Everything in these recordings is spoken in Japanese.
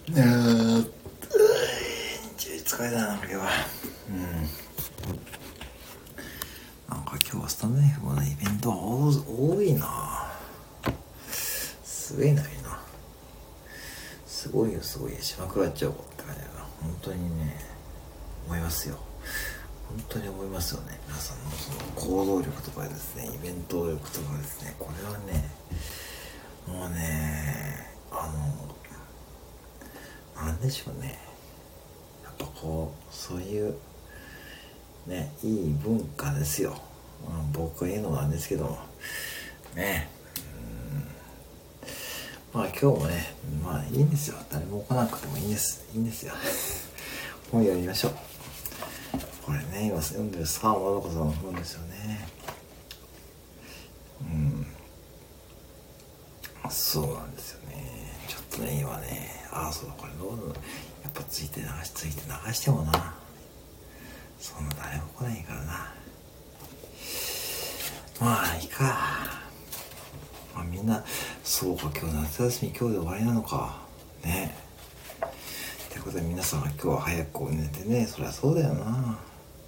疲れたな、今日は。なんか今日はスタンド FM のイベントは多いな。すげえな、みんな。すごいよ、すごいよ。島倉町って感じだな。本当にね、思いますよ。本当に思いますよね。皆さんのその行動力とかですね、イベント力とかですね、これはね、もうね、なんでしょうね。やっぱこう、そういう、ね、いい文化ですよ。僕が言うのもなんですけども。ね。まあ今日もね、まあいいんですよ。誰も来なくてもいいんです。いいんですよ。本読みましょう。これね、今読んでる沢まどこさんの本ですよね。そうなんですよね。ちょっとね、今ね、そうだ、これどうやっぱついて流してもな。そんな誰も来ないからな。まあいいか。まあみんな、そうか、今日夏休み今日で終わりなのか。ね。ってことで皆さんは今日は早く寝てね、そりゃそうだよな。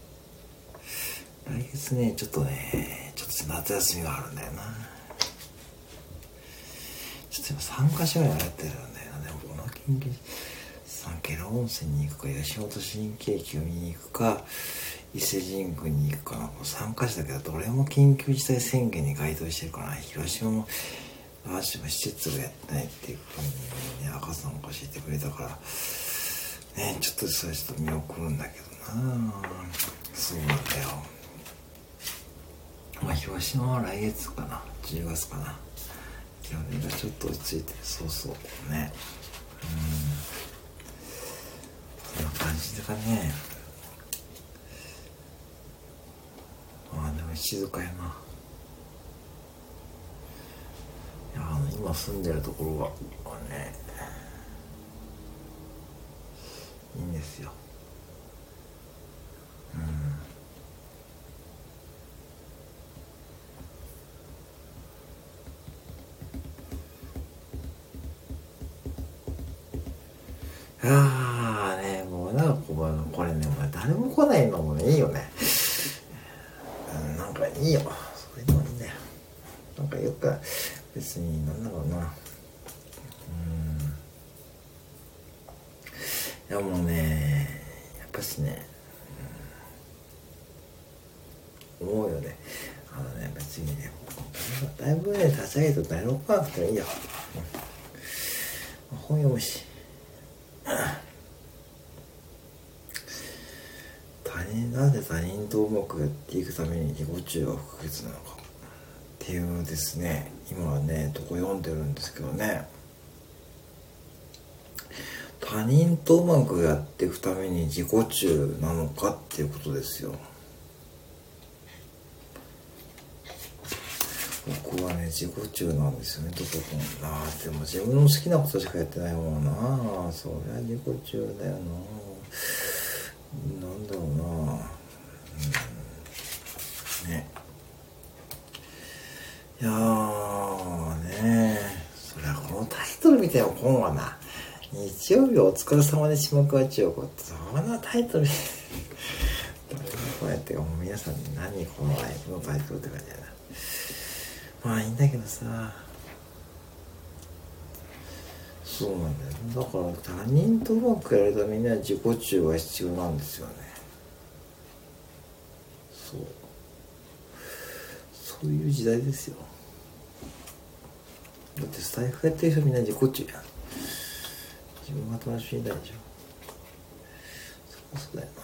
来月ね、ちょっと夏休みがあるんだよな。ちょっと今3カ所ぐらいやってるんだよな。でもこの緊急ケロ温泉に行くか、吉本新喜劇を見に行くか、伊勢神宮に行くかな。3カ所だけど、どれも緊急事態宣言に該当してるからな。広島も私も施設がやってないっていう風にね、赤さんが教えてくれたからね、ちょっとそれちょっと見送るんだけどな。そうなんだよ。まあ広島は来月かな、10月かな。それがちょっと落ち着いて、そうね。そんな感じかね。まあでも静かやな。いや、今住んでるところはね、いいんですよ。もうなんかこれね、誰も来ないのもね、いいよね。なんかいいよ。それでもいいんだよ。なんかよく、別になんだろうな。いやもうね、やっぱしね、思うよね。別にね、だいぶね、立ち上げると誰も来なくてもいいよ。本読むし。なぜ他人とうまくやっていくために自己中は不可欠なのかっていうですね、今はね、とこ読んでるんですけどね。他人とうまくやっていくために自己中なのかっていうことですよ。僕はね、自己中なんですよね、とことんな。でも自分の好きなことしかやってないもんな。そりゃ自己中だよな。なんだろうな。ね。いやーね、そりゃこのタイトル見てよ、本はな。日曜日お疲れ様で島倉千代子って、そんなタイトルこうやってもう皆さん何このライブのタイトルって感じだな。まあいいんだけどさ、そうなんだよ。だから他人とうまくやるためには自己中が必要なんですよね。そういう時代ですよ。だってスタイフやってる人みんな自己中やん。自分が楽しみたいでしょ。そうだよな。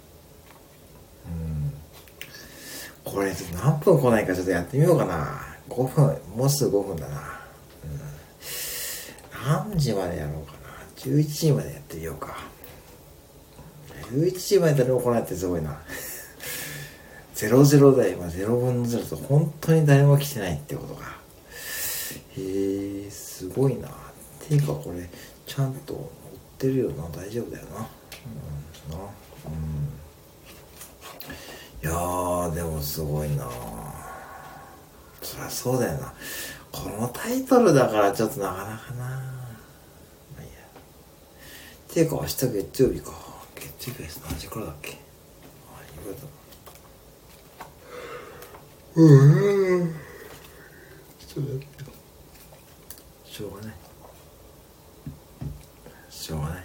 これ何分来ないかちょっとやってみようかな。5分、もうすぐ5分だな。何時までやろうかな。11時までやってみようか。11時まで誰も来ないってすごいな。00だよ、今0分の0と本当に誰も来てないってことか。へえ、すごいな。ていうかこれちゃんと乗ってるよな。大丈夫だよな。いやー、でもすごいな。そりゃそうだよな。このタイトルだからちょっとなかなかな。まあいいや。 ていうか明日月曜日か。月曜日は何時からだっけ。夕方。ちょっと待ってよ。しょうがない。しょうがない。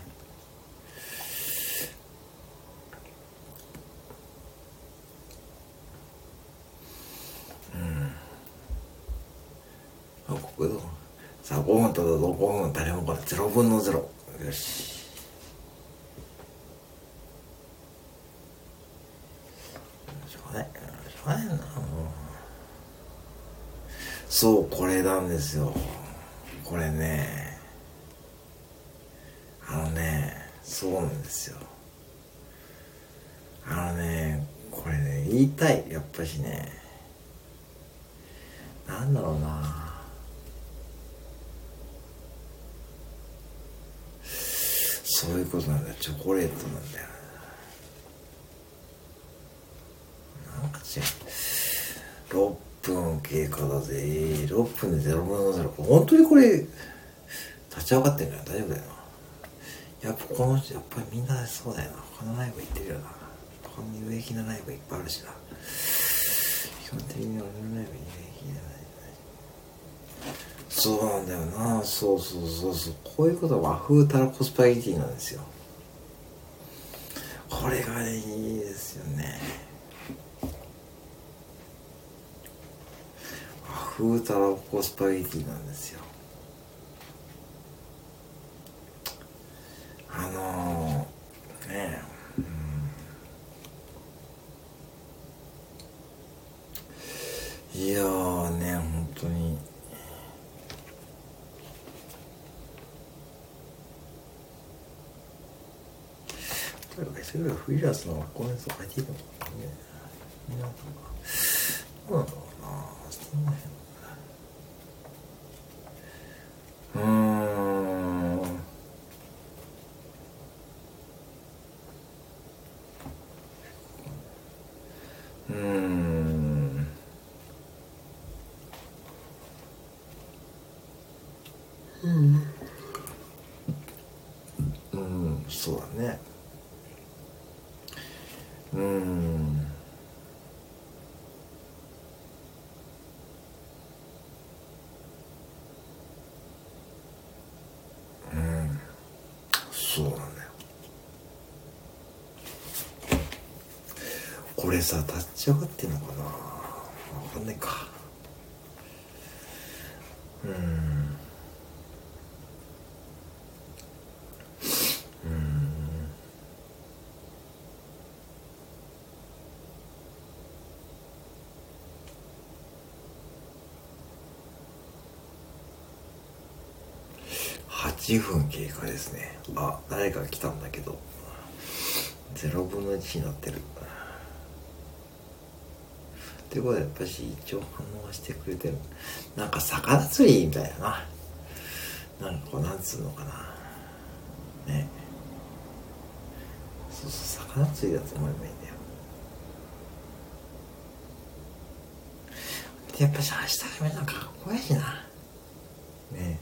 あ、ここどうさあ、5分と5分、誰もこれ0分の0。よし。しょうがない。しょうがないな、もう。そう、これなんですよ。これね。そうなんですよ。これね、言いたい。やっぱしね。なんだろうな。そういうことなんだよ。チョコレートなんだよ。なんか違う。6分経過だぜ。6分で0分の0。本当にこれ、立ち上がってんのよ。大丈夫だよな。やっぱやっぱりみんなそうだよな。他のライブ行ってるよな。他に有益なライブいっぱいあるしな。基本的に俺のライブに有益じゃない。そうなんだよな。そう。こういうことは和風たらこスパゲティなんですよ。これがいいですよね。和風たらこスパゲティなんですよ。いやーね、本当に。例えばそれぐらいフリーランスのコメント書いていいのかね。みんなとかどうなんだろうな。してないのそうだね。そうなんだよ。これさ、立ち上がってんのかな。わかんないか。8分経過ですね。あ、誰か来たんだけど0分の1になってるってことはやっぱし一応反応はしてくれてる。なんか魚釣りみたいな。なんかこうなんつうのかなね。そう魚釣りだと思えばいいんだよ。でやっぱし明日がみんなかっこいいしなね。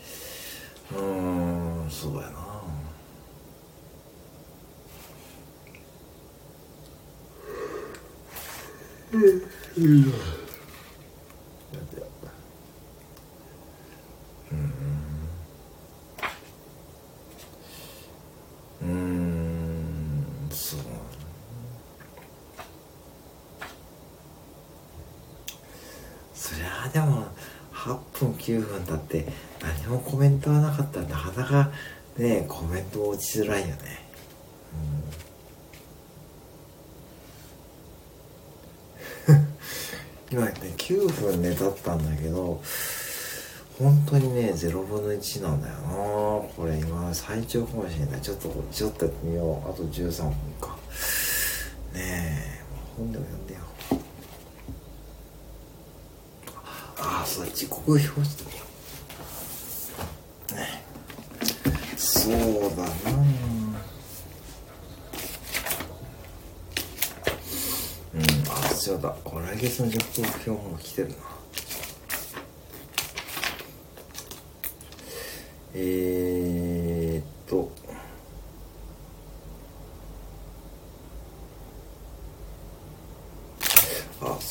そうやな。そう。そりゃあでも8分9分経って何もコメントはなかったらなかなかねコメント落ちづらいよね。今ね9分ね経ったんだけど本当にね0分の1なんだよな。これ今最長かもしれない。ちょっとやってみよう。あと13分かねえ。本でも読んでよ。そう時刻表示だよね。そうだな。そうだ。来月の時刻表も来てるな。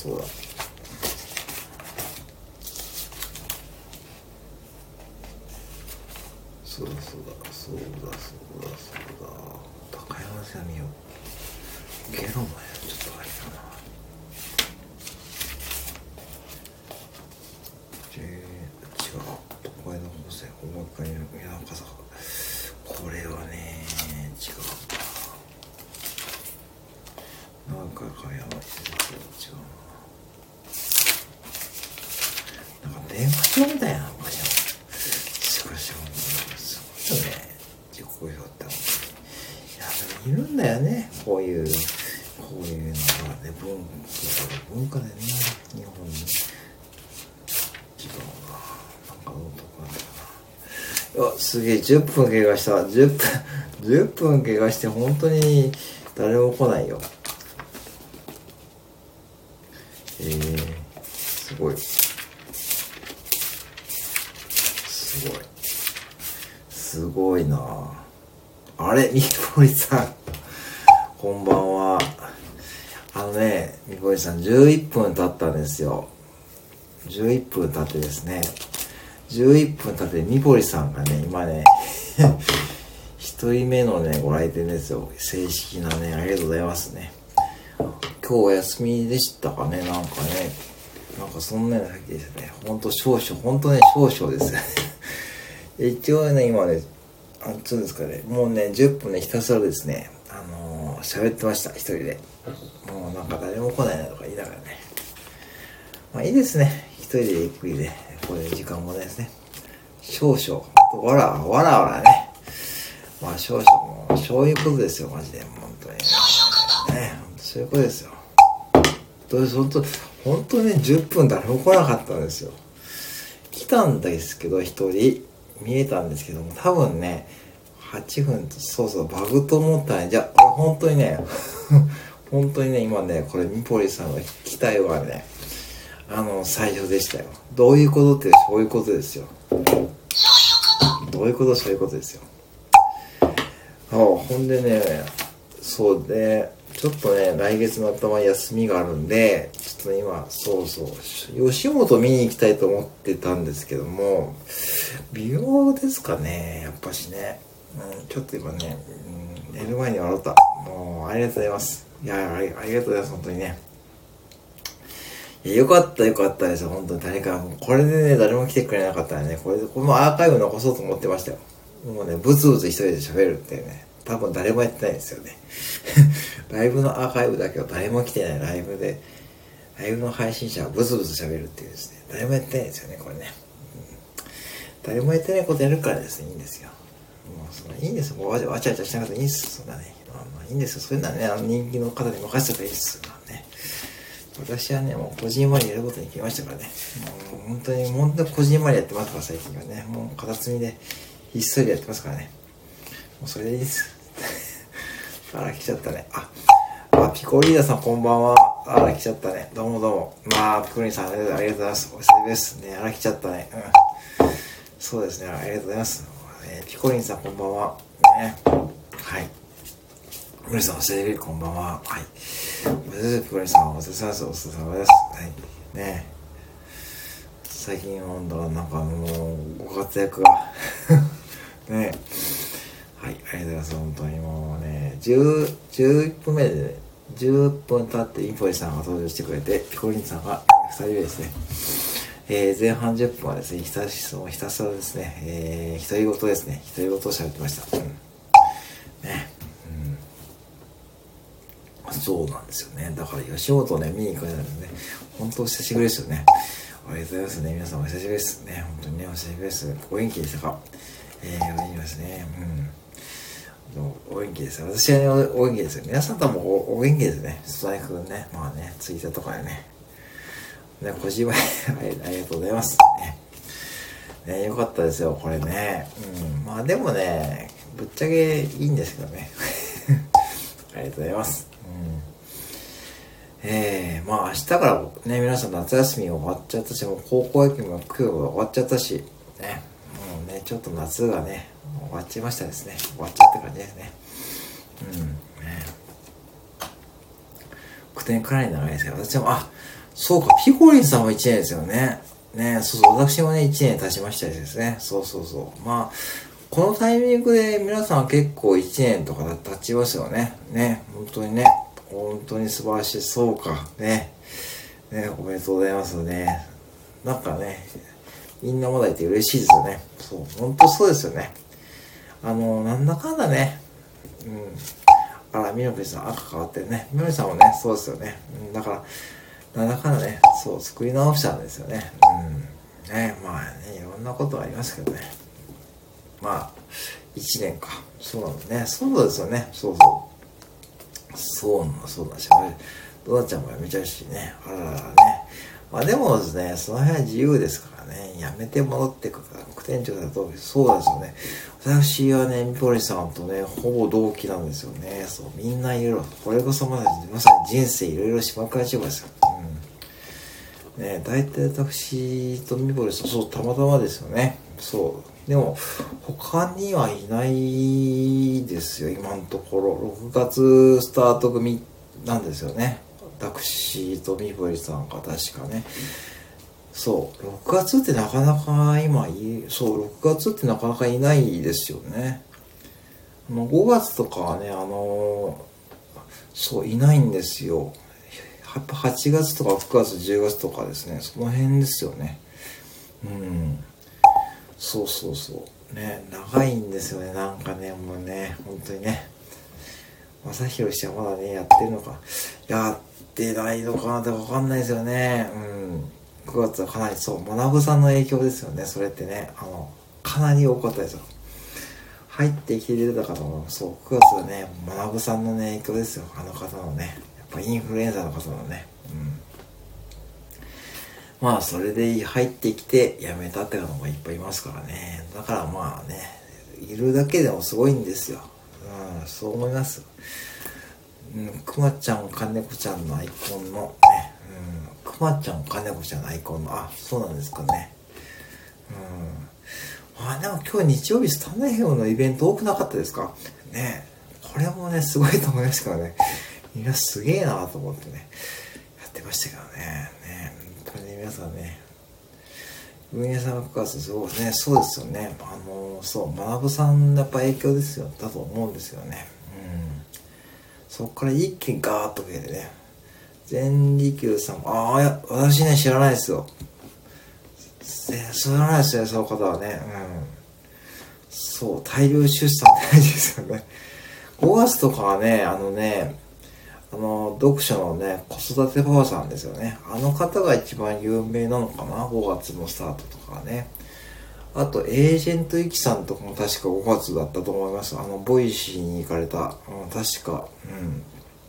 そうだ。そうだ高山さん見よう。ゲロマやちょっとあれだな。違う都会の方線大掛かりの宮坂。これはね違うな。なんか高山違うな。なんか電話帳みたいなのかしら。しかしすごいよね。自己評って本当に。いやでもいるんだよね。こういうのがね文化でね日本に。すげえ10分経過した。10分経過して本当に誰も来ないよ。すごいすごいな。あれみこりさんこんばんは。みこりさん11分経ったんですよ。11分経ってですね、11分経ってみぽりさんがね今ね一人目のねご来店ですよ。正式なね、ありがとうございますね。今日お休みでしたかね。なんかそんなような時ですね。ほんと少々です一応ね今ねそうですかね、もうね10分ねひたすらですね喋ってました一人で。もうなんか誰も来ないなとか言いながらね、まあいいですね、一人でゆっくりでこういう時間もですね、少々わらね、まあ少々もうそういうことですよマジで。本当にね、本当そういうことですよ。本当にね10分誰も来なかったんですよ。来たんですけど一人見えたんですけども、多分ね8分とそうバグと思ったね。じゃあ本当にね本当にね今ねこれみぽりさんが来たよがね最初でしたよ。どういうことってそういうことですよ。どういうことそういうことですよ。ほんでね、そうでちょっとね来月の頭休みがあるんで、ちょっと今吉本見に行きたいと思ってたんですけども、美容ですかねやっぱしね、ちょっと今ね、寝る前に笑った。もうありがとうございます。いやありがとうございます本当にね。いやよかったですよ本当に。誰かもうこれでね誰も来てくれなかったらね、このアーカイブ残そうと思ってましたよ。もうねブツブツ一人で喋るってね、多分誰もやってないですよねライブのアーカイブだけど誰も来てないライブの配信者はブツブツ喋るっていうですね、誰もやってないですよねこれね、誰もやってないことやるからですねいいんですよ。もういいんですよ、もうわちゃわちゃしなくていいんですそんなね、いいんですよ。そういうのはね人気の方に任せてばいいですね。私はねもうこじんまりやることに決めましたからね。もう本当にこじんまりやってますから最近はね、もう片隅でひっそりやってますからね。もうそれでいいですあら来ちゃったね。ピコリーダさんこんばんは。あら来ちゃったね。どうも。まあピコリーさんありがとうございます。お久しぶりですね。あら来ちゃったね。そうですね、ありがとうございます。ピコリンさんこんばんはね。はい、ムリさんお久しぶりこんばんは。はい、ピコリンさんお疲れ様です。お疲れ様です。はいね、最近なんだなんかもうご活躍がね、はい、ありがとうございます。本当にもうね11分目で、ね、10分経ってインポリさんが登場してくれて、ピコリンさんが2人目ですね。前半10分はですねひたすらですね、独り言ですね、独り言を喋ってました。そうなんですよね。だから吉本ね見に行くのね本当お久しぶりですよね。ありがとうございますね。皆さんお久しぶりですね。本当にねお久しぶりです。お元気でしたか。お元気ですね。お元気です。私はねお元気ですよ。皆さんともお元気ですね。ストライクね、まあねツイッターとかでね小芝居ありがとうございますね。よかったですよこれね。まあでもねぶっちゃけいいんですけどねありがとうございます。まあ明日からね皆さん夏休み終わっちゃったし、もう高校野球も今日終わっちゃったしね、もうねちょっと夏がね終わっちゃいましたですね。終わっちゃった感じですね。苦点かなり長いですよ。私もそうか、ピコリンさんも1年ですよね。ね、そうそう、私もね、1年経ちましたですね。そうそうそう。まあ、このタイミングで皆さん結構1年とか経ちますよね。ね、本当にね、本当に素晴らしい。そうか、ね。ね、おめでとうございますね。なんかね、みんなまだいて嬉しいですよね。そう、本当そうですよね。なんだかんだね、うん。あら、みのりさん、赤変わってるね。みのりさんもね、そうですよね。うん、だから、なんだかんだね、そう、作り直したんですよね。うん。ね、まあね、いろんなことありますけどね。まあ、1年か。そうなんだね。そうですよね。そうそう。そうなんですよね。ドナちゃんも辞めちゃうしね。あらららね。まあでもですね、その辺は自由ですからね。辞めて戻ってくる副店長だと、そうなんですよね。私はね、みぽりさんとね、ほぼ同期なんですよね。そう、みんないろいろ、これこそまさに人生いろいろしまくらちゃうんですよ。うん。ね、大体私とみぽりさん、そう、たまたまですよね。そう。でも、他にはいないですよ、今のところ。6月スタート組なんですよね。私とみぽりさんが確かね。そう、6月ってなかなかそう、6月ってなかなかいないですよね。5月とかはね、そう、いないんですよ。やっぱ8月とか9月、10月とかですね、その辺ですよね。うん。そうそうそう。ね、長いんですよね、なんかね、もうね、本当にね。正宏氏はまだね、やってるのか。やってないのかなってわかんないですよね。うん。9月はかなりそう、学さんの影響ですよね、それってね。かなり多かったですよ。入ってきて出た方も、そう、9月はね、学さんのね、影響ですよ、あの方のね。やっぱインフルエンザの方のね。うん。まあ、それで入ってきて辞めたって方もいっぱいいますからね。だからまあね、いるだけでもすごいんですよ。うん、そう思います。うん、くまちゃん、かねこちゃんのアイコンのね、うん、くまちゃん、かねこちゃんのアイコンの、あ、そうなんですかね。うん。あ、でも今日日曜日スタンド FM のイベント多くなかったですかね。これもね、すごいと思いますからね。みんなすげえなと思ってね、やってましたけどね。ね、本当に皆さんね、運営さんが関わすすごいね、そうですよね。そう、学さんやっぱ影響ですよ、だと思うんですよね。うん。そっから一気にガーッと増えてね。全利休さんも、いや、私ね、知らないですよ。知らないですね、その方はね。うん。そう、大量出産ってないですよね。5月とかはね、読書のね、子育てパパさんですよね。あの方が一番有名なのかな、5月のスタートとかはね。あと、エージェントイキさんとかも確か5月だったと思います。ボイシーに行かれた。うん、確か。うん。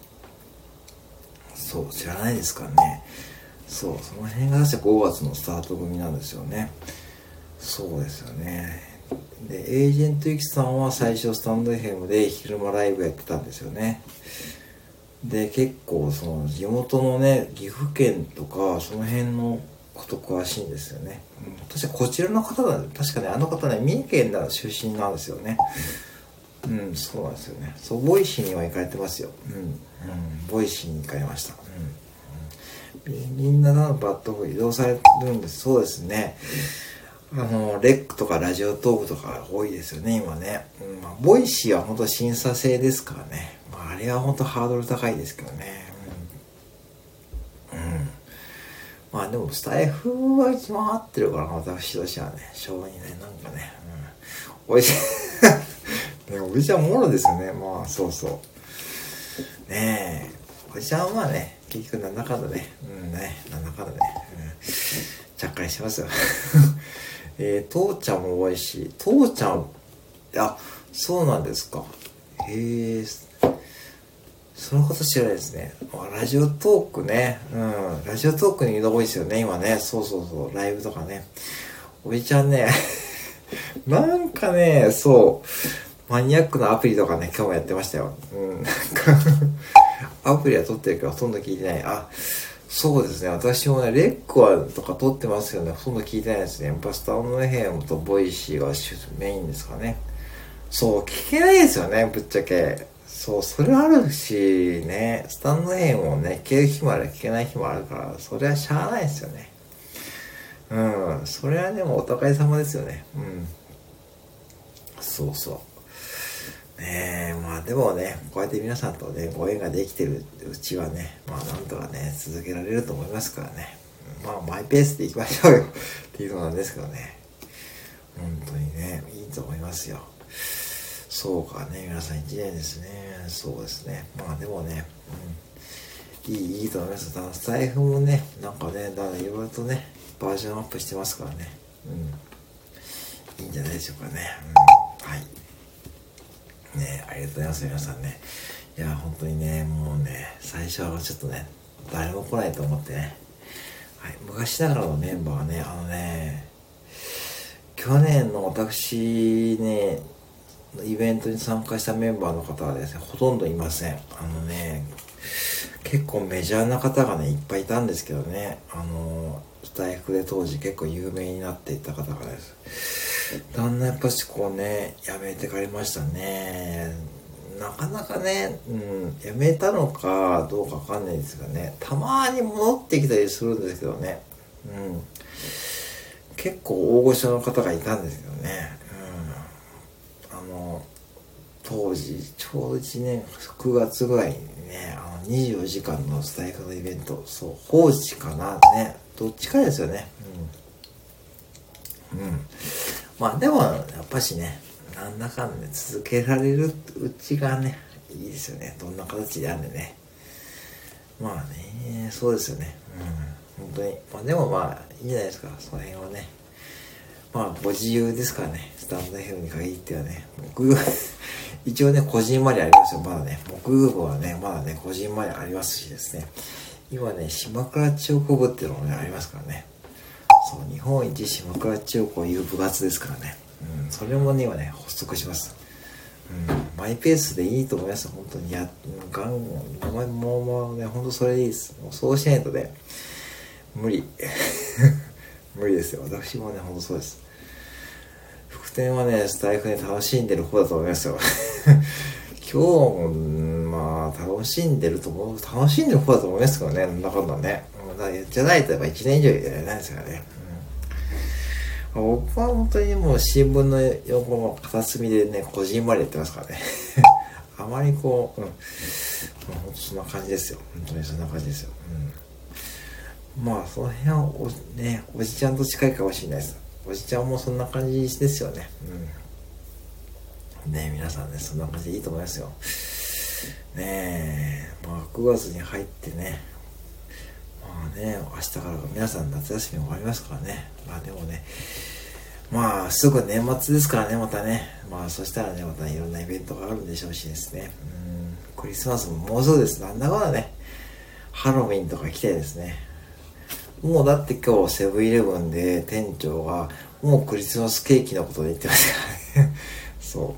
そう、知らないですからね。そう、その辺が確か5月のスタート組なんですよね。そうですよね。で、エージェントイキさんは最初スタンド FM で昼間ライブやってたんですよね。で、結構その地元のね、岐阜県とかその辺のこと詳しいんですよね。うん、確かこちらの方だ、確かね、あの方ね、三重県の出身なんですよね。うん、そうなんですよね。そう、ボイシーには行かれてますよ。うん、うん、ボイシーに行かれました。みんなバット移動されるんです。そうですね。レックとかラジオトークとか多いですよね、今ね。うん、まあ、ボイシーは本当審査制ですからね。まあ、あれは本当ハードル高いですけどね。うん。うん、まあでも、スタイフは一番合ってるからな、私としてはね。昭和にね、なんかね。うん。おいしい。ね、おじちゃんもろですよね。まあ、そうそう。ねえ。おじちゃんはね、結局なんだかんだね。うんね。なんだかんだね。うん。ちゃっかりしてますよ。父ちゃんも多いし、父ちゃん、あ、そうなんですか。へえ、そのこと知らないですね。ラジオトークね。うん。ラジオトークに多いですよね、今ね。そうそうそう。ライブとかね。おじちゃんね、なんかね、そう、マニアックなアプリとかね、今日もやってましたよ。うん。なんかアプリは撮ってるけど、ほとんど聞いてない。あ、そうですね。私もね、レックはとか撮ってますよね。ほとんど聞いてないですね。やっぱスタンドFMとボイシーがメインですかね。そう、聞けないですよね、ぶっちゃけ。 そう、それあるし、ね、スタンド FM をね、聞ける日もある、聞けない日もあるから、それはしゃあないですよね。うん、それはでもお互い様ですよね。うん。そうそう。ねえ、まあでもね、こうやって皆さんとね、ご縁ができてるうちはね、まあなんとかね、続けられると思いますからね。まあマイペースでいきましょうよっていうのなんですけどね。本当にね、いいと思いますよ。そうかね、皆さん1年ですね。そうですね。まあでもね、いいと思います。スタイフもね、なんかね、だからいろいろとね、バージョンアップしてますからね。いいんじゃないでしょうかね。はい。ね、ありがとうございます、皆さんね。いや、本当にね、もうね、最初はちょっとね、誰も来ないと思ってね。はい、昔ながらのメンバーはね、去年の私ね、イベントに参加したメンバーの方はですね、ほとんどいません。結構メジャーな方がね、いっぱいいたんですけどね、スタイフで当時結構有名になっていた方がです。だんだんやっぱしこうね、やめてかれましたね。なかなかね、やめたのかどうかわかんないですがね、たまに戻ってきたりするんですけどね、結構大御所の方がいたんですけどね、当時ちょうど1年9月ぐらいにね、24時間のスタイフのイベント、そう、放置かなね、どっちかですよね。まあでもやっぱしね、なんだかんだ続けられるうちがね、いいですよね。どんな形であるんでね。まあね、そうですよね。本当に。まあでもまあいいじゃないですか、その辺はね。まあご自由ですからね、スタンド FM に限ってはね。僕一応ね、個人までありますよ、まだね。僕グループはね、まだね、個人までありますしですね。今ね、島倉千代子部っていうのもね、ありますからね。そう、日本一島倉千代子をいう部活ですからね。それもね、今ね、発足します。マイペースでいいと思います。本当に。もうね、本当それでいいです。もうそうしないとね、無理。無理ですよ。私もね、本当そうです。副店はね、スタイフで楽しんでる方だと思いますよ。今日も、まあ、楽しんでる方だと思いますけどね、なんだかんだね。じゃないとやっぱ1年以上やらないですからね。僕は本当にもう新聞の横の片隅でね、こじんまりやってますからね。あまりこう、本当そんな感じですよ。本当にそんな感じですよ。まあ、その辺はおじちゃんと近いかもしれないです。おじちゃんもそんな感じですよね。ね、皆さんね、そんな感じでいいと思いますよ。ねえ、まあ9月に入ってね、まあね、明日から皆さん夏休み終わりますからね。まあでもね、まあすぐ年末ですからね、またね。まあそしたらね、またいろんなイベントがあるんでしょうしですね。クリスマスももうすぐです。なんだかんだね、ハロウィンとか来てですね。もうだって今日セブンイレブンで店長がもうクリスマスケーキのことで言ってましたからね。そう。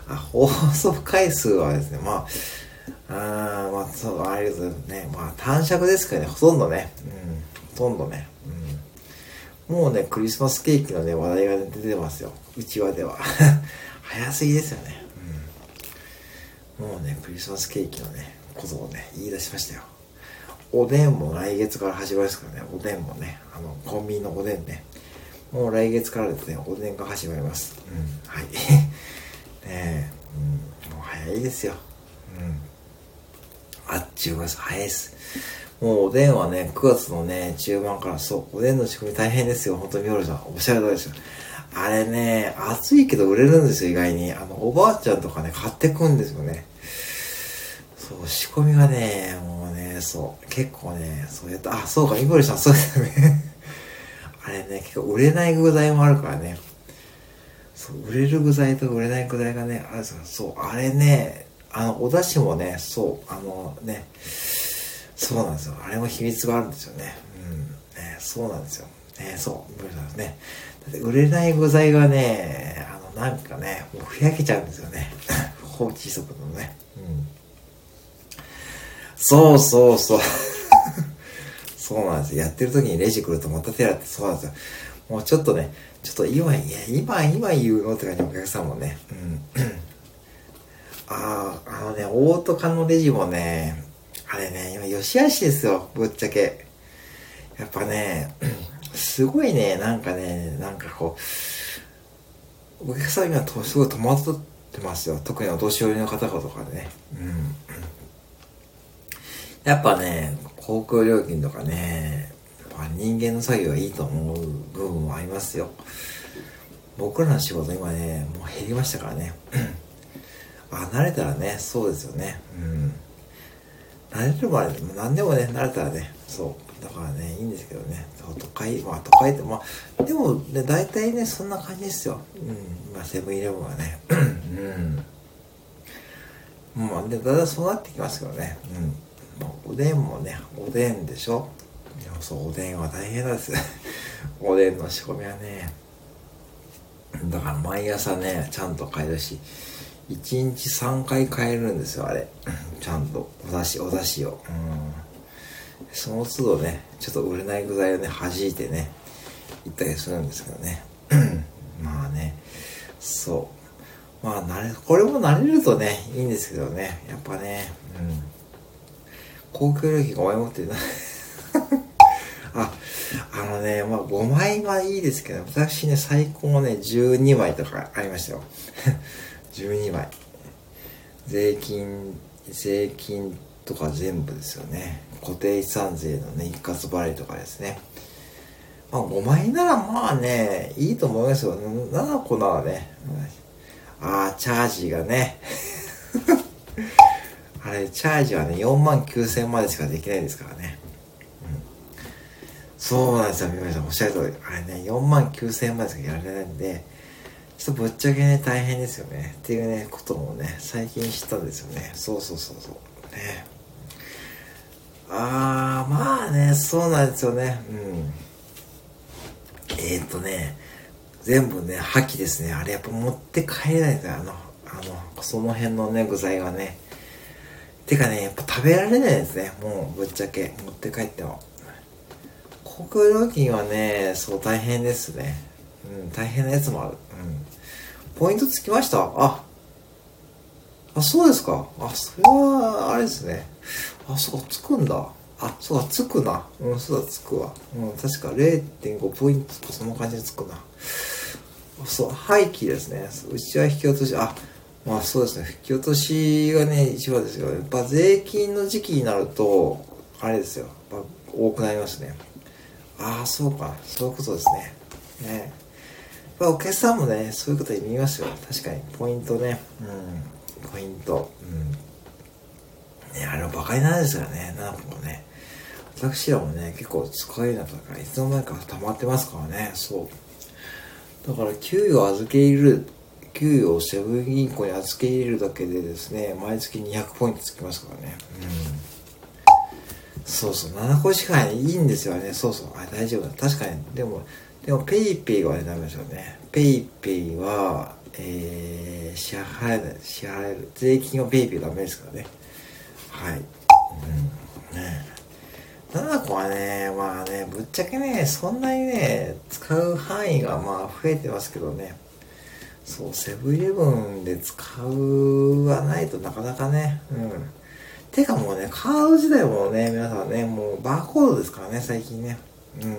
放送回数はですね、まあそう、ありがとうございますね。まあ短尺ですからね、ほとんどね。ほとんどね。もうね、クリスマスケーキのね、話題が、ね、出てますよ。うちわでは。早すぎですよね。もうね、クリスマスケーキのね、ことをね、言い出しましたよ。おでんも来月から始まりますからね、おでんもね、コンビニのおでんね。もう来月からですね、おでんが始まります。はい。ねえ、もう早いですよ。あっちゅう間です。早いです。もうおでんはね、9月のね、中盤から、そう、おでんの仕組み大変ですよ。本当にみおるさん。おっしゃる通りですよ。あれね、暑いけど売れるんですよ、意外に。おばあちゃんとかね、買ってくんですよね。そう、仕込みがね、もうね、そう、結構ね、そうやった、そうか、みおるさん、そうですよね。あれね、結構売れない具材もあるからね。そう、売れる具材と売れない具材がね、あるんですよ。そう、あれね、お出汁もね、そう、そうなんですよ。あれも秘密があるんですよね。そうなんですよ。そう、無理なんですね。だって売れない具材がね、なんかね、もうふやけちゃうんですよね。放置速度のね。そうそうそう。そうなんですよ。やってる時にレジ来るとまた手洗って、そうなんですよ。もうちょっとね、ちょっと今言うのって感じのお客さんもね。 オート化のレジもね、あれね、今、良し悪しですよ、ぶっちゃけ。やっぱね、すごいね、なんかこう、お客さん今、すごい戸惑ってますよ。特にお年寄りの方々とかね。やっぱね、航空料金とかね、人間の作業はいいと思う部分もありますよ。僕らの仕事今ね、もう減りましたからね。慣れたらね、そうですよね。慣れるまで、何でもね、慣れたらね、そう。だからね、いいんですけどね。都会って、でもね、大体ね、そんな感じですよ。セブンイレブンはね。で、だんだんそうなってきますけどね。おでんもね、おでんでしょ。でもそう、おでんは大変なんです。おでんの仕込みはね。だから毎朝ね、ちゃんと買えるし、1日3回買えるんですよ、あれ。ちゃんと、お出汁を。その都度ね、ちょっと売れない具材をね、弾いてね、行ったりするんですけどね。まあね、そう。これも慣れるとね、いいんですけどね、やっぱね、公共料金が前もってるな。5枚はいいですけど、私ね、最高ね、12枚とかありましたよ。12枚。税金とか全部ですよね。固定資産税のね、一括払いとかですね。5枚ならまあね、いいと思いますよ。7個ならね。チャージがね。あれ、チャージはね、49,000までしかできないですからね。そうなんですよ、みまさんおっしゃる通り。あれね、49,000までしかやられないんで、ちょっとぶっちゃけね、大変ですよね。っていうね、こともね、最近知ったんですよね。そう。ね。まあね、そうなんですよね。全部ね、破棄ですね。あれやっぱ持って帰れないんだよ。その辺のね、具材がね。てかね、やっぱ食べられないですね。もう、ぶっちゃけ。持って帰っても。航空料金はね、そう大変ですね。大変なやつもある。ポイントつきました？そうですか。それは、あれですね。そうか、つくんだ。そうか、つくな。そうだ、つくわ。確か 0.5 ポイントとかその感じでつくな。そう、廃棄ですね。うちは引き落とし、そうですね。引き落としがね、一番ですよ。やっぱ税金の時期になると、あれですよ。やっぱ多くなりますね。そうか。そういうことですね。ね。お客さんもね、そういうことに見えますよ。確かに。ポイントね。ポイント。ね、あれはバカになるんですよね。なんかもね。私らもね、結構使えるようになったから、いつの間にか溜まってますからね。そう。だから、給与をセブン銀行に預け入れるだけでですね、毎月200ポイントつきますからね。そう、7個しかない。いいんですよね。そう。大丈夫だ。確かに。でも、ペイペイはね、ダメですよね。ペイペイは、支払える。税金はペイペイダメですからね。はい。7個はね、ぶっちゃけね、そんなにね、使う範囲が増えてますけどね。そう、セブンイレブンで使わないとなかなかね、てかもうね、カード自体もね、皆さんね、もうバーコードですからね、最近ね。も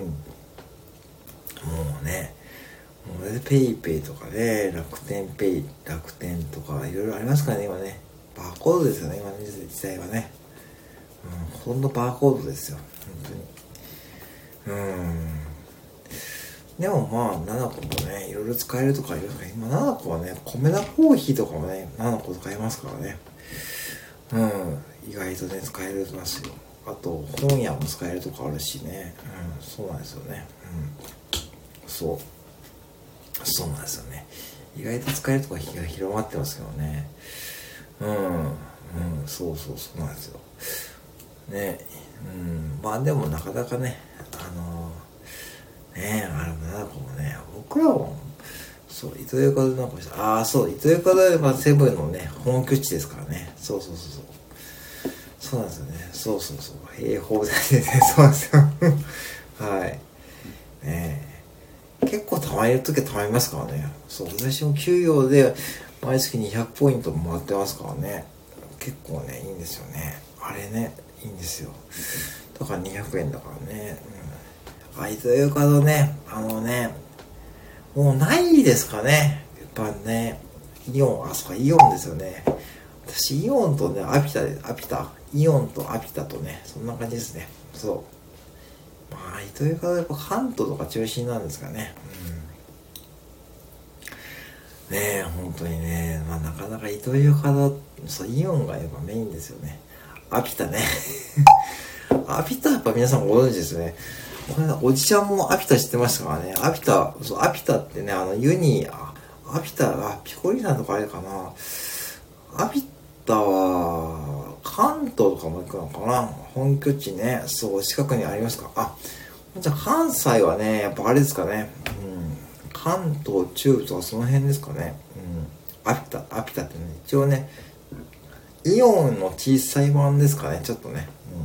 うね、もうペイペイとかね、楽天とかいろいろありますからね、今ね。バーコードですよね、今の時代はね。ほとんどバーコードですよ、本当に。でも7個もね、いろいろ使えるとか言うから、今7個はね、米田コーヒーとかもね、7個使えますからね。意外とね、使えるますよ。あと、本屋も使えるとかあるしね。そうなんですよね。そうなんですよね。意外と使えるとか広まってますけどね。そうなんですよ。ね、でもなかなかね、7個もね、僕らも、そう、イトーヨーカドーなんかした。そう、イトーヨーカドーはセブンのね、本拠地ですからね。そうなんですよね。平方でね、そうなんですよ。はい。結構溜まるときは溜まりますからね。そう、私も給与で、 毎月200ポイントもらってますからね。結構ね、いいんですよね。あれね、いいんですよ。だから200円だからね。糸魚川ね、もうないですかね。やっぱね、イオン、そうか、イオンですよね。私、イオンとね、イオンとアピタとね、そんな感じですね。そう。糸魚川はやっぱ関東とか中心なんですかね。ねえ、本当にね、なかなか糸魚川だ、そう、イオンがやっぱメインですよね。アピタね。アピタやっぱ皆さんご存知ですね。これおじちゃんもアピタ知ってましたからね。アピタってね、アピタ、ピコリさんとかあれかな。アピタは、関東とかも行くのかな。本拠地ね、そう、近くにありますか。じゃあ関西はね、やっぱあれですかね。関東、中部とかその辺ですかね。アピタってね、一応ね、イオンの小さい版ですかね、ちょっとね。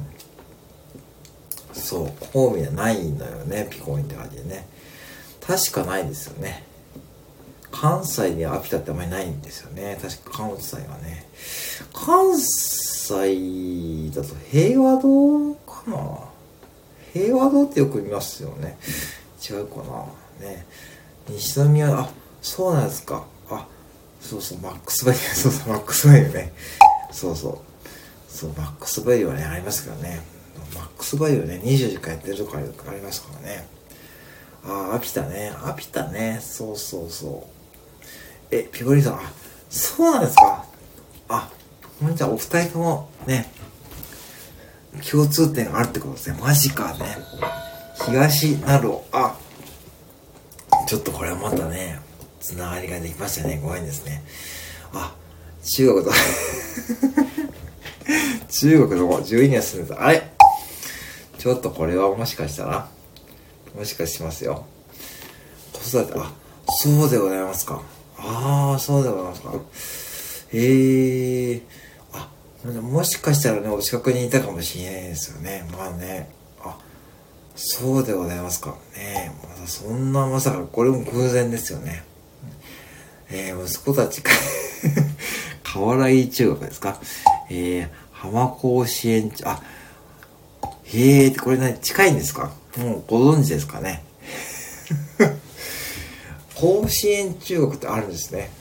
そう、神戸じゃないのよね、ピコインって感じでね。確かないですよね。関西にアピタってあんまりないんですよね。確か関西はね。関西だと平和堂かな。平和堂ってよく見ますよね。違うかな。ね。西宮、そうなんですか。そうそう、マックスバリュー、そうそう、マックスバリューね。そうそう。そう、マックスバリューはね、ありますからね。マックスバリューね、24時間やってるとこありますからね。アピタね。そうそうそう。ピコリさん、そうなんですか。ほんじゃお二人ともね、共通点があるってことですね。マジかね。東なるちょっとこれはまたね、つながりができましたね。ごめんですね。中国と中国の12年住んでた。あれちょっとこれはもしかしたらもしかしますよ。子育て、そうでございますか。そうでございますか。もしかしたらね、お近くにいたかもしれないですよね。そうでございますか。ねそんなまさか、これも偶然ですよね。息子たちか、河原中学ですか。浜甲子園、これね、近いんですか。もうご存知ですかね。甲子園中学ってあるんですね。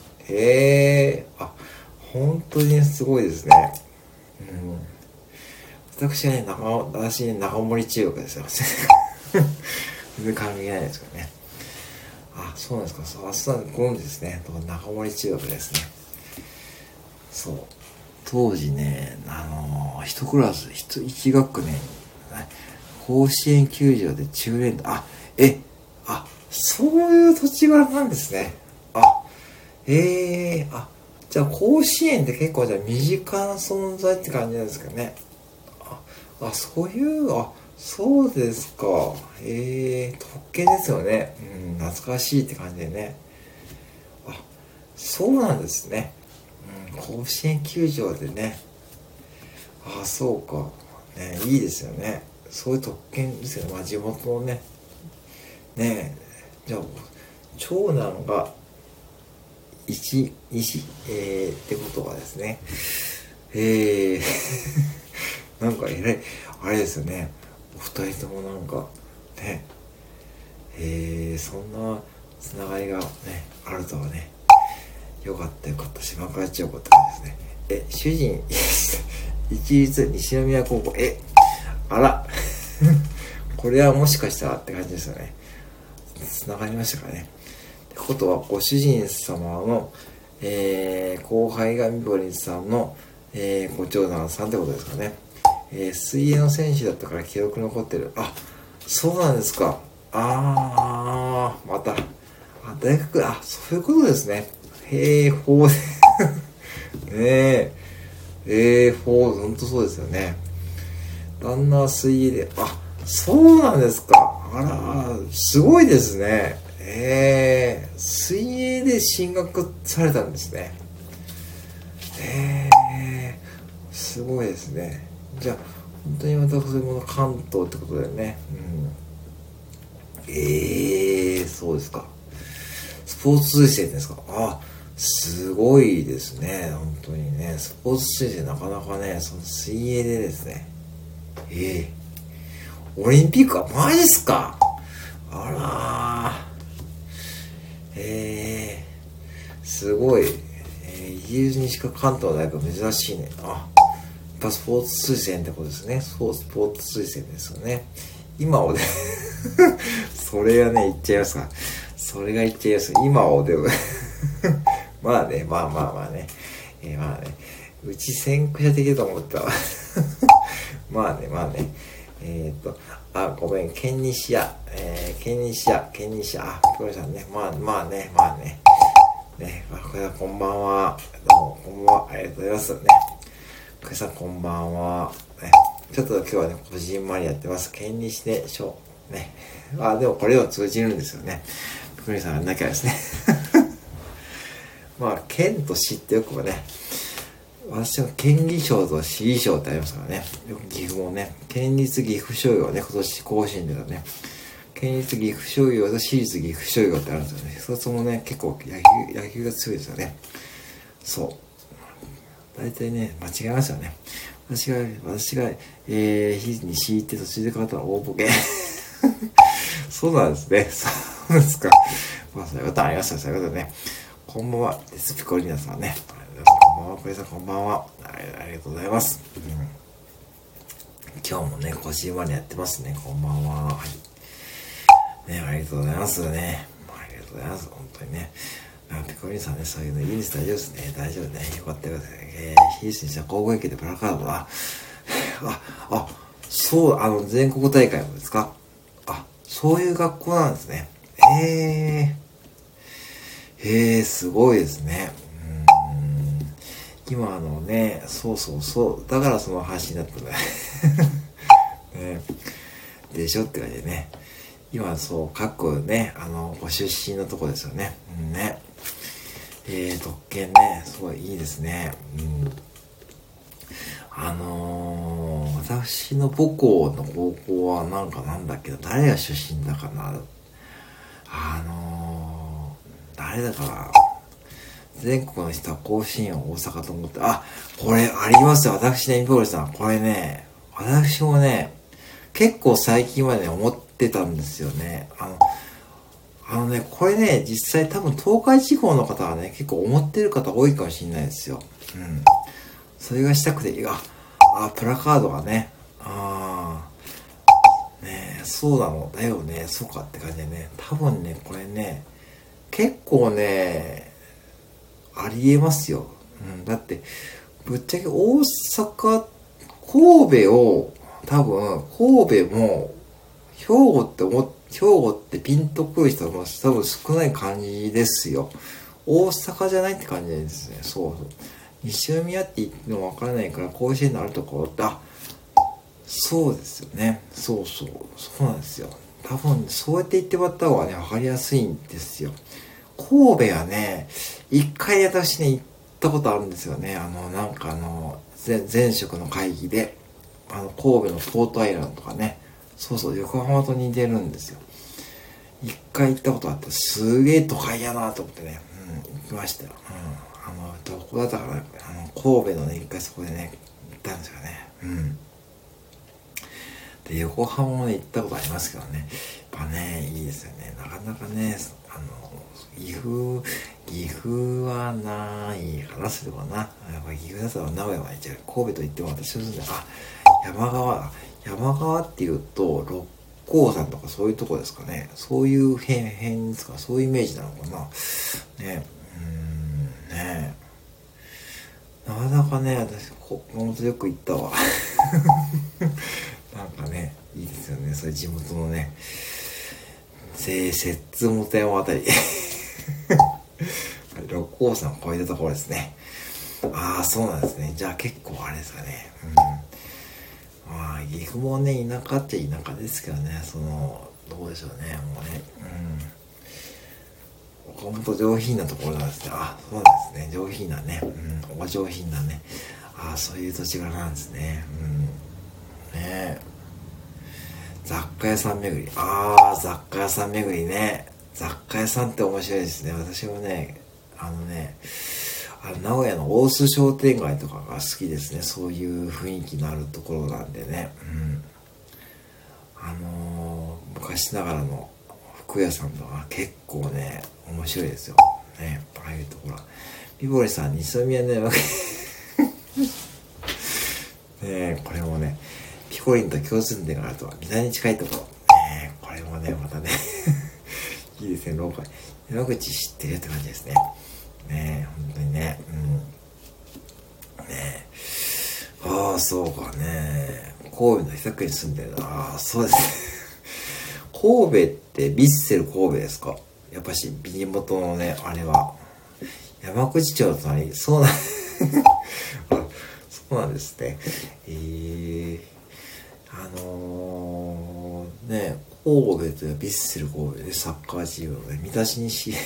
本当にすごいですね。私はね、中森中学ですよ。全然関係ないですけどね。そうなんですか。そう、ご存知ですね。中森中学ですね。そう。当時ね、一クラス、一学年、甲子園球場で中連打、そういう土地柄なんですね。じゃあ甲子園って結構じゃあ身近な存在って感じなんですかね。そういう、そうですか。特権ですよね。懐かしいって感じでね。そうなんですね。甲子園球場でね。そうか。ね、いいですよね。そういう特権ですよね。地元のね。じゃあ、長男が2子、ってことはですね。なんかあれですよね。お二人ともなんか、ね。そんなつながりがね、あるとはね。よかった。島倉千代子って感じですね。主人、一律西宮高校。これはもしかしたらって感じですよね。つながりましたかね。ってことは、ご主人様の、後輩がみぼりんさんの、ご長男さんってことですかね。水泳の選手だったから記憶残ってる。そうなんですか。また。大学、そういうことですね。ほんとそうですよね。旦那は水泳で、そうなんですか。すごいですね。水泳で進学されたんですね。すごいですね。じゃあ、本当にまたそういうもの関東ってことだよね。そうですか。スポーツ推薦ですか。 すごいですね、本当にね。スポーツ推薦なかなかね、その水泳でですね。オリンピックはマジっすか？あらー。すごい。イギリス西関東大学珍しいね。やっぱスポーツ推薦ってことですね。そう、スポーツ推薦ですよね。今をね、それがね、言っちゃいますか。それが言っちゃいます。今をでも、まあね、まあね。まあね。うち先駆者的だと思ったわ。まあね。ごめん、ケンニシア。ケンニシア。ピコリさんね。まあね。ね、これはこんばんは。どうも、こんばんは。ありがとうございますね。これさん、こんばんは。ね、ちょっと今日はね、こじんまりやってます。ケンニシね、ね。でもこれは通じるんですよね。ピコリさんがなきゃですね。まあ、県と市ってよくはね、私は県議賞と市議賞ってありますからね。よく岐阜もね、県立岐阜商業ね、今年甲子園ではね、県立岐阜商業と私立岐阜商業ってあるんですよね。そつもね、結構野球が強いですよね。そう。大体ね、間違えますよね。私が、日に敷いて途中で変わったら大ボケ。そうなんですね。そうですか。まあ、そういうことありますよ。そういうことね。こんばんは。デスピコリーナさんね。こんばんは。これさんこんばんは。ありがとうございます。今日もね、こじんまりやってますね。こんばんは。はい。ね、ありがとうございますね。ありがとうございます。本当にね。ピコリンさんね、そういうのいいです。大丈夫ですね。大丈夫ね。よかったよかった。ヒースにした高校駅でプラカードだ。そう、全国大会もですか？そういう学校なんですね。すごいですね。今ね、そう。だからその話になったんだね。ね。でしょって感じでね。今そう、各ね、ご出身のとこですよね。ね。特権ね、すごいいいですね。私の母校の高校はなんだっけど、誰が出身だかな。誰だかな。全国の人は甲子園を大阪と思って、これありますよ。私ね、ミポリさん。これね、私もね、結構最近まで思ってたんですよね。これね、実際多分東海地方の方はね、結構思ってる方多いかもしれないですよ。それがしたくて、プラカードがね、ねえ、そうなの、だよね、そうかって感じでね、多分ね、これね、結構ね、ありえますよ。だって、ぶっちゃけ大阪、神戸を、多分、神戸も、兵庫ってピンとくる人も多分少ない感じですよ。大阪じゃないって感じですね。そう。西宮って言ってもわからないから甲子園のあるところって、そうですよね。そうなんですよ。多分、そうやって言ってもらった方がね、わかりやすいんですよ。神戸はね、一回私ね、行ったことあるんですよね。前職の会議で、神戸のポートアイランドとかね、そう、横浜と似てるんですよ。一回行ったことあって、すげえ都会やなと思ってね、行きましたよ。どこだったかな、神戸のね、一回そこでね、行ったんですよね。で、横浜もね、行ったことありますけどね、やっぱね、いいですよね。なかなかね、岐阜はないかな、それはな。やっぱり岐阜だったら名古屋まで行っちゃう。神戸と言っても私は住んで、山川っていうと、六甲山とかそういうとこですかね。そういう辺ですか。そういうイメージなのかな。ね。ね。なかなかね、私、ほんとよく行ったわ。なんかね、いいですよね。それ地元のね、摂津本山あたり。六甲山を越えたところですね。そうなんですね。じゃあ結構あれですかね。岐阜もね、田舎っちゃ田舎ですけどね、どうでしょうね、もうね。ほんと上品なところなんですね。そうなんですね。上品なね。お上品なね。そういう土地柄なんですね。ね。雑貨屋さん巡り。雑貨屋さん巡りね。雑貨屋さんって面白いですね。私もね、 名古屋の大須商店街とかが好きですね。そういう雰囲気のあるところなんでね。昔ながらの服屋さんとか結構ね、面白いですよ。ね、ああいうところ。ビボリさん、西宮ね、ね、これもね、ピコリンと共通点があるとは、北に近いところ。これもね、またね、いいですね、ローカル。山口知ってるって感じですね。ね、本当にね、ね、ああ、そうかね。神戸の久区に住んでるな。ああ、そうですね。神戸ってヴィッセル神戸ですか？やっぱし、地元のね、あれは。山口町の隣、そうなん、あ、そうなんですね。ね、神戸というヴィッセル神戸でサッカーチームのね、三田市にし、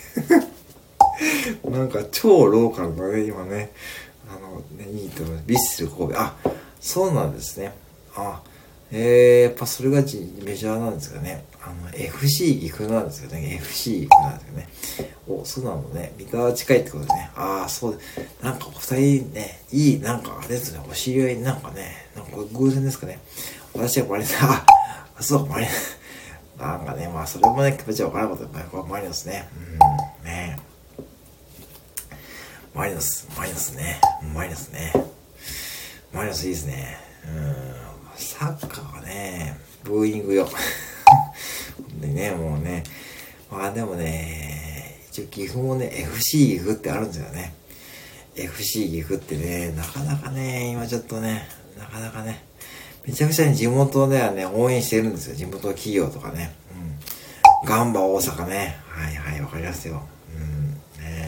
なんか超ローカルなね、今ね、いいと思います。ヴィッセル神戸。あ、そうなんですね。あ、やっぱそれがメジャーなんですかね。FC 岐阜なんですよね。FC 岐阜なんですよね。お、そうなのね。三河近いってことでね。ああ、そうで。なんかお二人ね、いい、なんかあれですね、お知り合いなんかね、なんか偶然ですかね。私はマリノス、そう、マリノス。なんかね、まあそれもね、気持ちは分からんことで、マリノスね。ね。マリノスね。マリノスね。マリノスいいですね。サッカーはね、ブーイングよ。でね、もうね、まあでもね、一応岐阜もね、FC 岐阜ってあるんですよね。FC 岐阜ってね、なかなかね、今ちょっとね、なかなかね、めちゃくちゃね、地元ではね、応援してるんですよ。地元企業とかね。ガンバ大阪ね。はいはい、わかりますよ。ね。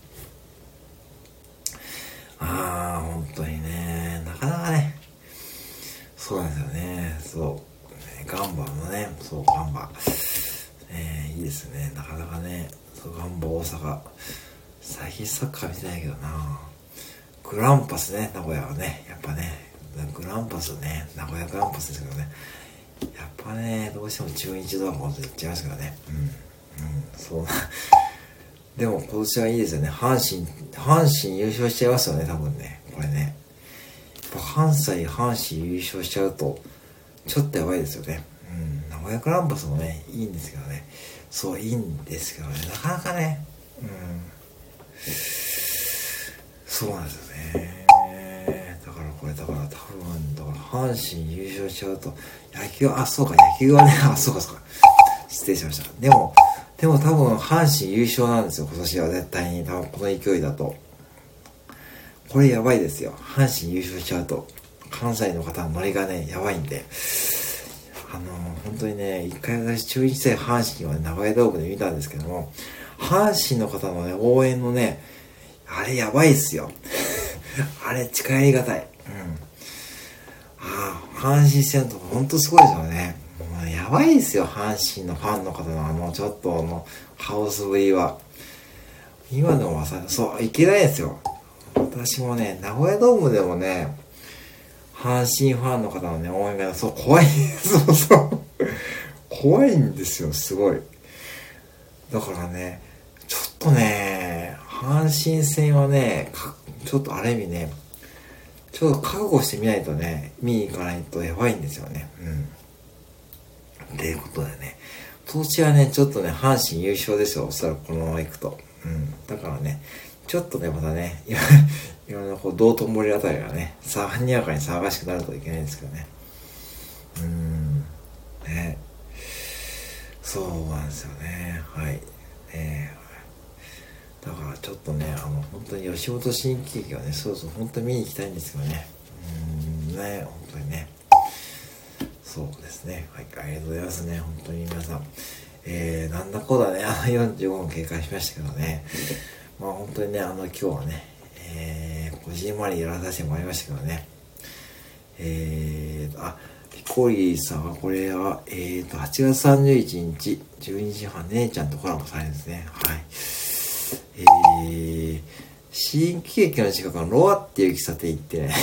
本当にね、なかなかね、そうなんですよね。そう。ガンバのね、そう、ガンバ。いいですね。なかなかね、そう、ガンバ大阪。最近サッカー見てないけどな。グランパスね、名古屋はね。やっぱね、グランパスね、名古屋グランパスですけどね。やっぱね、どうしても中日ドラゴンって言っちゃいますからね。そうな。でも今年はいいですよね。阪神優勝しちゃいますよね、多分ね。これね。やっぱ阪神優勝しちゃうと、ちょっとやばいですよね。名古屋グランパスもね、いいんですけどね。そう、いいんですけどね。なかなかね、そうなんですよね。だから多分、阪神優勝しちゃうと、野球はね、そうか。失礼しました。でも多分、阪神優勝なんですよ、今年は絶対に。多分、この勢いだと。これやばいですよ。阪神優勝しちゃうと。関西の方のノリがね、やばいんで。本当にね、一回私、中日対阪神は、ね、名古屋ドームで見たんですけども、阪神の方のね、応援のね、あれやばいっすよ。あれ、近寄りがたい。阪神戦とかほんとすごいですよね。もうやばいですよ、阪神のファンの方のちょっとハウスぶりは。今でもそう、いけないですよ。私もね、名古屋ドームでもね、阪神ファンの方のね、応援が、そう、怖い。そう。怖いんですよ、すごい。だからね、ちょっとね、阪神戦はね、ちょっとある意味ね、ちょっと覚悟してみないとね、見に行かないとやばいんですよね。っていうことでね、今年はね、ちょっとね、阪神優勝ですよ、おそらくこのまま行くと。だからね、ちょっとね、またね、いろんな道頓堀あたりがね、にやかに騒がしくなるといけないんですけどね。ね。そうなんですよね。はい。だからちょっとね、本当に吉本新喜劇はね、そう本当に見に行きたいんですけどね。ね、本当にね。そうですね。はい、ありがとうございますね。本当に皆さん。なんだこうだね、45分経過しましたけどね。まあ本当にね、今日はね、こじんまりやらさせてもらいましたけどね。ピコリーさんはこれは、8月31日、12時半、姉ちゃんとコラボされるんですね。はい。新喜劇の近くのロアっていう喫茶店行ってね。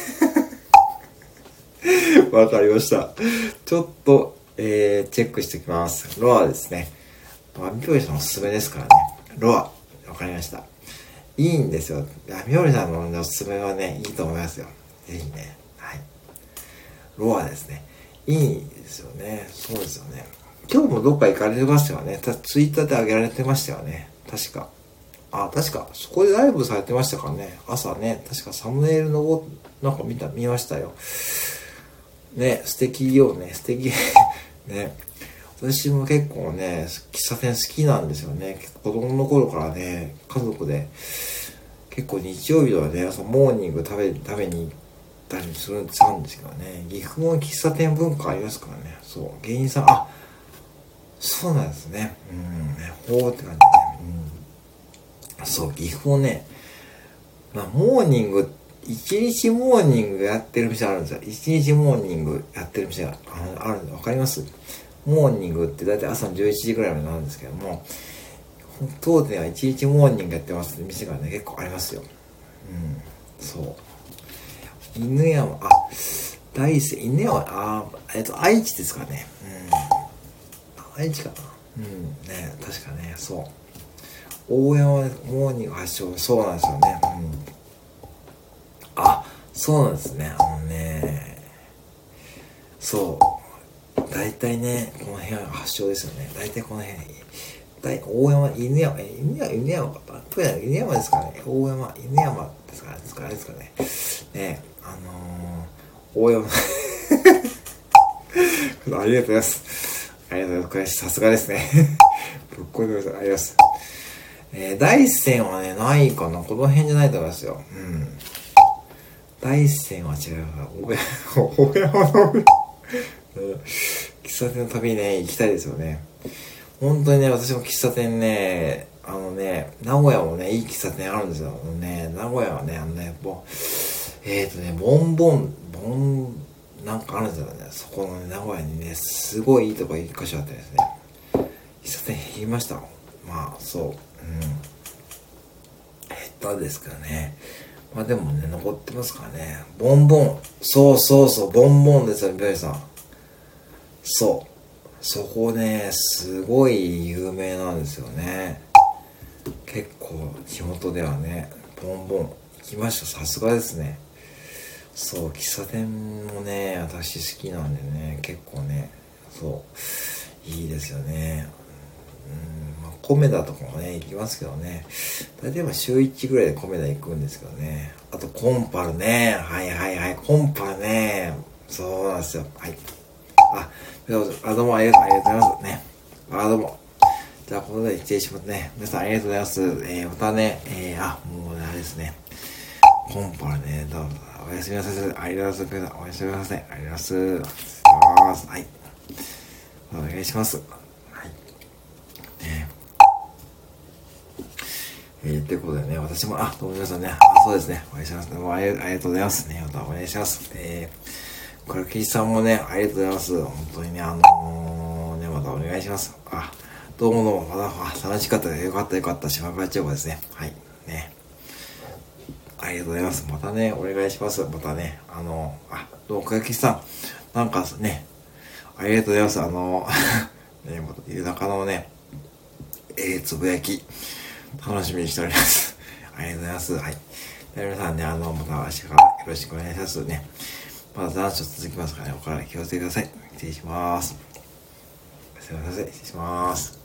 わかりました。ちょっと、チェックしておきます。ロアですね。ピコリーさんおすすめですからね。ロア。 わかりました。いいんですよ。みおりさんの、ね、おすすめはね、いいと思いますよ。ぜひね。はい。ロアですね。いいですよね。そうですよね。今日もどっか行かれてましたよね。ツイッターで上げられてましたよね。確か。確か、そこでライブされてましたからね。朝ね、確かサムネイルのなんか見ましたよ。ね、素敵よね、素敵。ね。私も結構ね、喫茶店好きなんですよね。子供の頃からね、家族で、結構日曜日とかね、朝モーニング食べに行ったりするんですけどね。岐阜も喫茶店文化ありますからね。そう、芸人さん、そうなんですね。ほーって感じね。そう、岐阜もね、モーニング、一日モーニングやってる店あるんですよ。一日モーニングやってる店があるんで、わかります？モーニングってだいたい朝の11時ぐらいまでなんですけども、当店は一日モーニングやってますって店がね、結構ありますよ。そう。犬山、大山、犬山、愛知ですかね。愛知かな。ね、確かね、そう。大山モーニング発祥、そうなんですよね。そうなんですね。そう。大体ね、この辺は発祥ですよね。大体この辺、大山、犬山かな。犬山ですかね。大山、犬山ですかね。あれですかね。ね、大山。ありがとうございます。ありがとうございます。さすがですね。ぶっこんでください。ありがとうございます。大山はね、ないかな。この辺じゃないと思いますよ。大山は違うか。大山の喫茶店の旅にね、行きたいですよね。本当にね、私も喫茶店ね、名古屋もね、いい喫茶店あるんですよ。名古屋はね、ボン、なんかあるんですよね。そこのね、名古屋にね、すごいいいとこ一箇所あってですね。喫茶店行きました。そう。下手ですからね。でもね、残ってますからね。ボンボン。そう、ボンボンですよ、みどりさん。そう。そこね、すごい有名なんですよね。結構、地元ではね、ボンボン。行きました。さすがですね。そう、喫茶店もね、私好きなんでね、結構ね、そう、いいですよね。コメダとかもね、行きますけどね。例えば週1ぐらいでコメダ行くんですけどね。あとコンパルね。コンパルね。そうなんですよ。はい。どうもありがとうございますね。どうも。じゃあ、こので失礼しますね。皆さんありがとうございます。またね、もうね、あれですね。コンパルね、どうぞ。おやすみなさい。ありがとうございます。おやすみなさい。ありがとうございます。はい。お願いします。はい。ということでね、私も、どうも皆さんね、そうですね、お願いします。ありがとうございますね。またお願いします。これ、キリさんもね、ありがとうございます。本当にね、またお願いします。どうも、また、楽しかったです。よかった。島村千代子ですね。はい。ね。ありがとうございます。またね、お願いします。またね、どうも、小雪さん。なんかね、ありがとうございます。ね、また、夜中のね、つぶやき、楽しみにしております。ありがとうございます。はい。皆さんね、また明日からよろしくお願いしますね。まだ残暑続きますからね、お体気をつけてください。失礼します。すいません、失礼します。